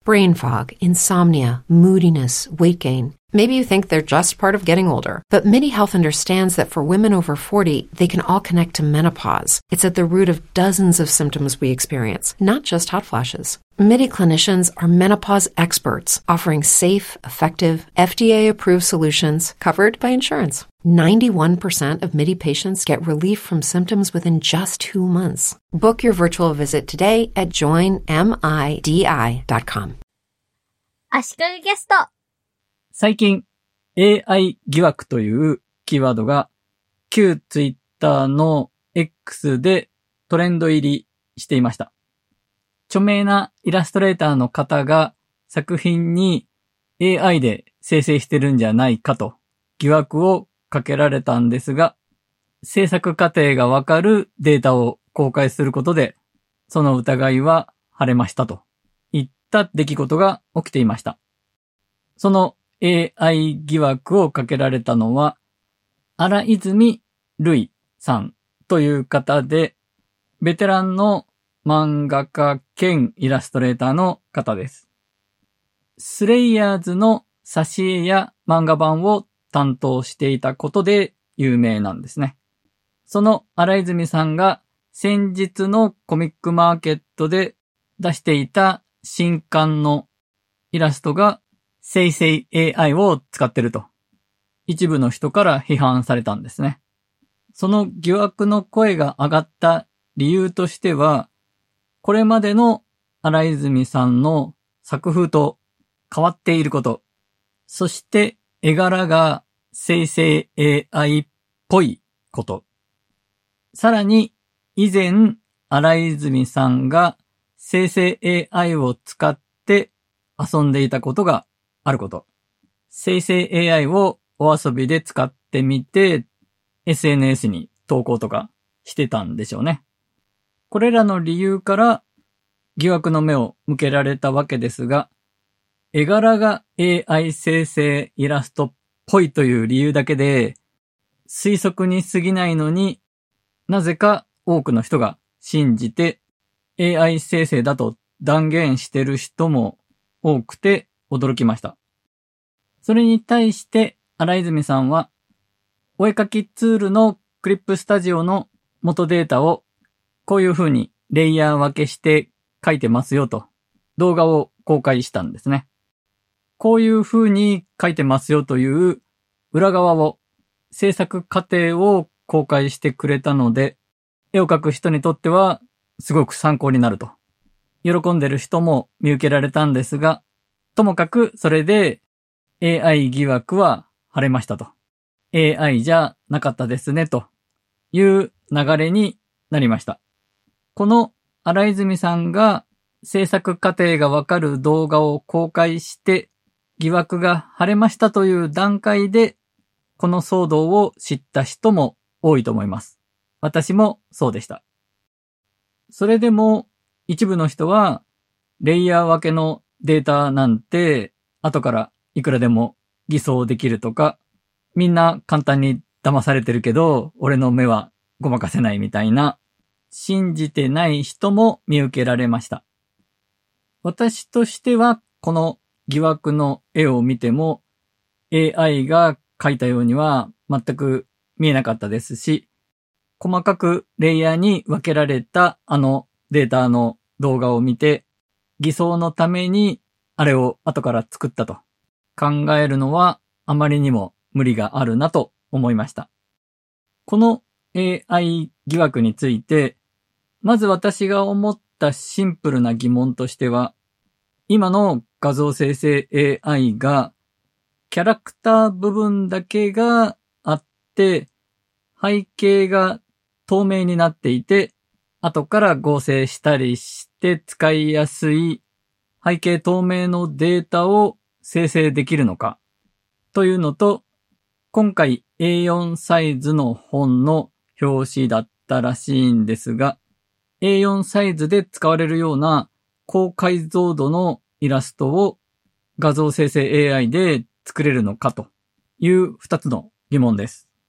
brain fog, insomnia, moodiness, weight gain. Maybe you think they're just part of getting older, but MIDI Health understands that for women over 40, they can all connect to menopause. It's at the root of dozens of symptoms we experience, not just hot flashes. MIDI clinicians are menopause experts, offering safe, effective, FDA-approved solutions covered by insurance. 91% of MIDI patients get relief from symptoms within just 2 months. Book your virtual visit today at joinmidi.com. 足利ゲスト。 最近 AI 疑惑というキーワードが旧ツイッターの X でトレンド入りしていました。著名なイラストレーターの方が作品に AI で生成してるんじゃないかと疑惑をかけられたんですが、制作過程がわかるデータを公開することでその疑いは晴れましたといった出来事が起きていました。そのAI 疑惑をかけられたのは、荒泉瑠衣さんという方で、ベテランの漫画家兼イラストレーターの方です。スレイヤーズの挿絵や漫画版を担当していたことで有名なんですね。その荒泉さんが先日のコミックマーケットで出していた新刊のイラストが生成 AI を使ってると一部の人から批判されたんですね。その疑惑の声が上がった理由としては、これまでの荒泉さんの作風と変わっていること、そして絵柄が生成 AI っぽいこと、さらに以前荒泉さんが生成 AI を使って遊んでいたことがあること。生成 AI をお遊びで使ってみて SNS に投稿とかしてたんでしょうね。これらの理由から疑惑の目を向けられたわけですが、絵柄が AI 生成イラストっぽいという理由だけで推測に過ぎないのに、なぜか多くの人が信じて AI 生成だと断言してる人も多くて驚きました。それに対して荒泉さんは、お絵描きツールのクリップスタジオの元データをこういう風にレイヤー分けして描いてますよと動画を公開したんですね。こういう風に描いてますよという裏側を、制作過程を公開してくれたので、絵を描く人にとってはすごく参考になると。喜んでる人も見受けられたんですが、ともかくそれで AI 疑惑は晴れましたと。AI じゃなかったですねという流れになりました。この荒泉さんが制作過程がわかる動画を公開して疑惑が晴れましたという段階でこの騒動を知った人も多いと思います。私もそうでした。それでも一部の人はレイヤー分けのデータなんて後からいくらでも偽装できるとか、みんな簡単に騙されてるけど俺の目はごまかせないみたいな、信じてない人も見受けられました。私としてはこの疑惑の絵を見ても AI が描いたようには全く見えなかったですし、細かくレイヤーに分けられたあのデータの動画を見て、偽装のためにあれを後から作ったと考えるのはあまりにも無理があるなと思いました。この AI 疑惑について、まず私が思ったシンプルな疑問としては、今の画像生成 AI がキャラクター部分だけがあって、背景が透明になっていて、後から合成したりして使いやすい背景透明のデータを生成できるのかというのと、今回 A4 サイズの本の表紙だったらしいんですが、A4 サイズで使われるような高解像度のイラストを画像生成 AI で作れるのかという2つの疑問です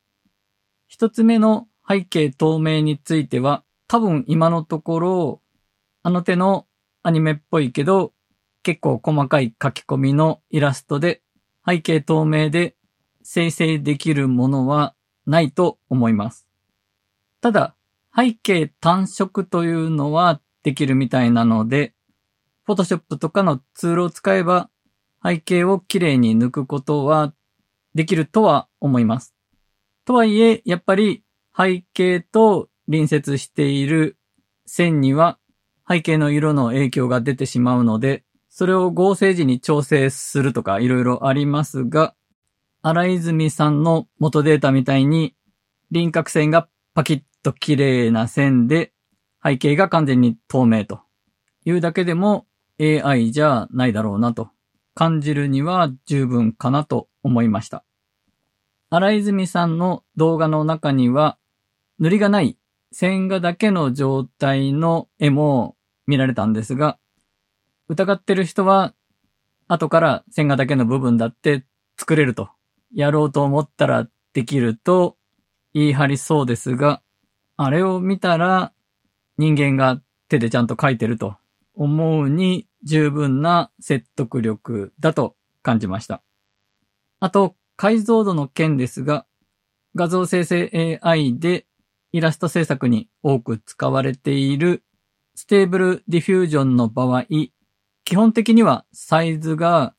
。1つ目の背景透明については、多分今のところあの手のアニメっぽいけど結構細かい書き込みのイラストで背景透明で生成できるものはないと思います。ただ、背景単色というのはできるみたいなので、Photoshop とかのツールを使えば背景をきれいに抜くことはできるとは思います。とはいえ、やっぱり背景と隣接している線には背景の色の影響が出てしまうので、それを合成時に調整するとかいろいろありますが、荒泉さんの元データみたいに輪郭線がパキッと綺麗な線で背景が完全に透明というだけでも AI じゃないだろうなと感じるには十分かなと思いました。荒泉さんの動画の中には塗りがない線画だけの状態の絵も見られたんですが、疑ってる人は後から線画だけの部分だって作れると、やろうと思ったらできると言い張りそうですが、あれを見たら人間が手でちゃんと描いてると思うに十分な説得力だと感じました。あと、解像度の件ですが、画像生成 AI でイラスト制作に多く使われているステーブルディフュージョンの場合、基本的にはサイズが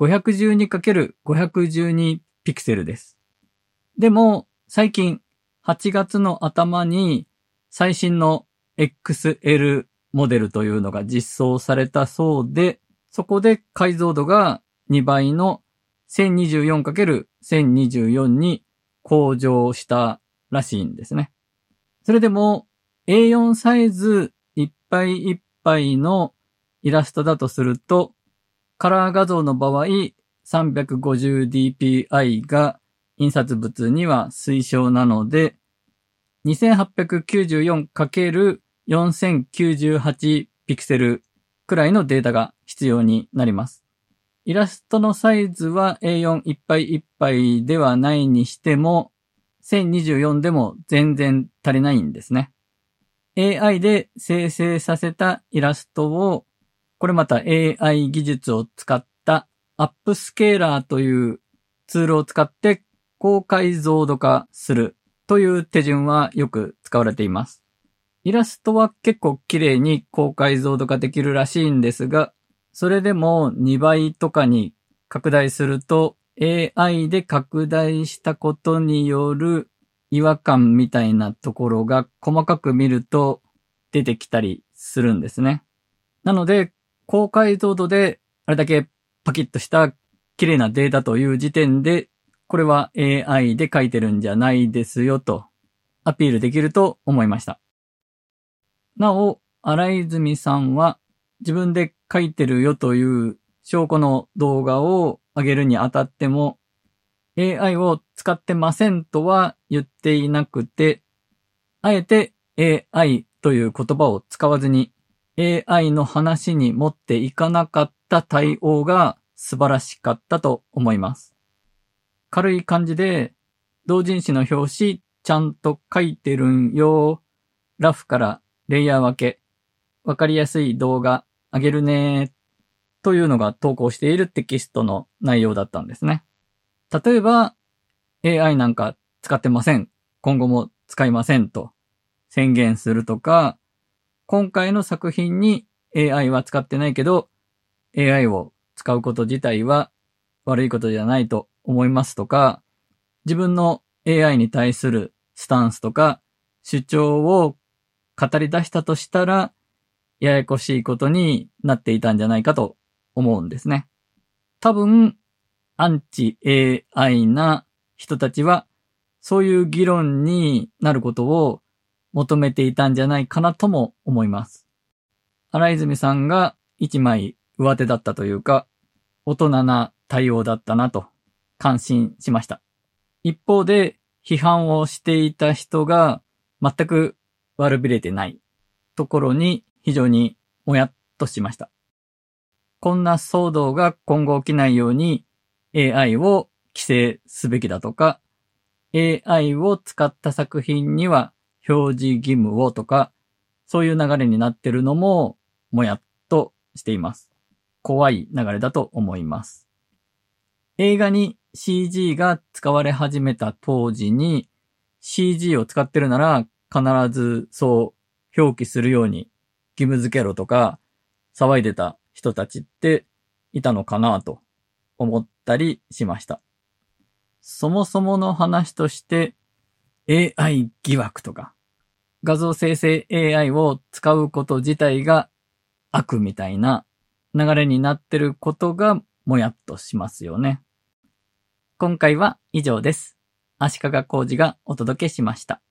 512×512 ピクセルです。でも、最近8月の頭に最新の XL モデルというのが実装されたそうで、そこで解像度が2倍の 1024×1024 に向上したらしいんですね。それでも A4 サイズいっぱいいっぱいのイラストだとすると、カラー画像の場合 350dpi が印刷物には推奨なので、2894×4098 ピクセルくらいのデータが必要になります。イラストのサイズは A4 いっぱいいっぱいではないにしても、1024でも全然足りないんですね。AI で生成させたイラストを、これまた AI 技術を使ったアップスケーラーというツールを使って高解像度化するという手順はよく使われています。イラストは結構綺麗に高解像度化できるらしいんですが、それでも2倍とかに拡大すると AI で拡大したことによる違和感みたいなところが細かく見ると出てきたりするんですね。なので高解像度であれだけパキッとした綺麗なデータという時点でこれは AI で描いてるんじゃないですよとアピールできると思いました。なお、荒泉さんは自分で描いてるよという証拠の動画を上げるにあたっても AI を使ってませんとは言っていなくて、あえて AI という言葉を使わずに AI の話に持っていかなかった対応が素晴らしかったと思います。軽い感じで同人誌の表紙ちゃんと書いてるんよ。ラフからレイヤー分け。わかりやすい動画あげるね。というのが投稿しているテキストの内容だったんですね。例えば AI なんか使ってません。今後も使いませんと宣言するとか、今回の作品に AI は使ってないけど AI を使うこと自体は悪いことじゃないと思いますとか、自分の AI に対するスタンスとか主張を語り出したとしたらややこしいことになっていたんじゃないかと思うんですね。多分アンチ AI な人たちはそういう議論になることを求めていたんじゃないかなとも思います。荒泉さんが一枚上手だったというか大人な対応だったなと感心しました。一方で批判をしていた人が全く悪びれてないところに非常にもやっとしました。こんな騒動が今後起きないように AI を規制すべきだとか、AI を使った作品には表示義務をとか、そういう流れになってるのももやっとしています。 怖い流れだと思います。映画に CG が使われ始めた当時に CG を使ってるなら必ずそう表記するように義務付けろとか騒いでた人たちっていたのかなと思ったりしました。そもそもの話として AI 疑惑とか画像生成 AI を使うこと自体が悪みたいな流れになってることがもやっとしますよね。今回は以上です。足利浩二がお届けしました。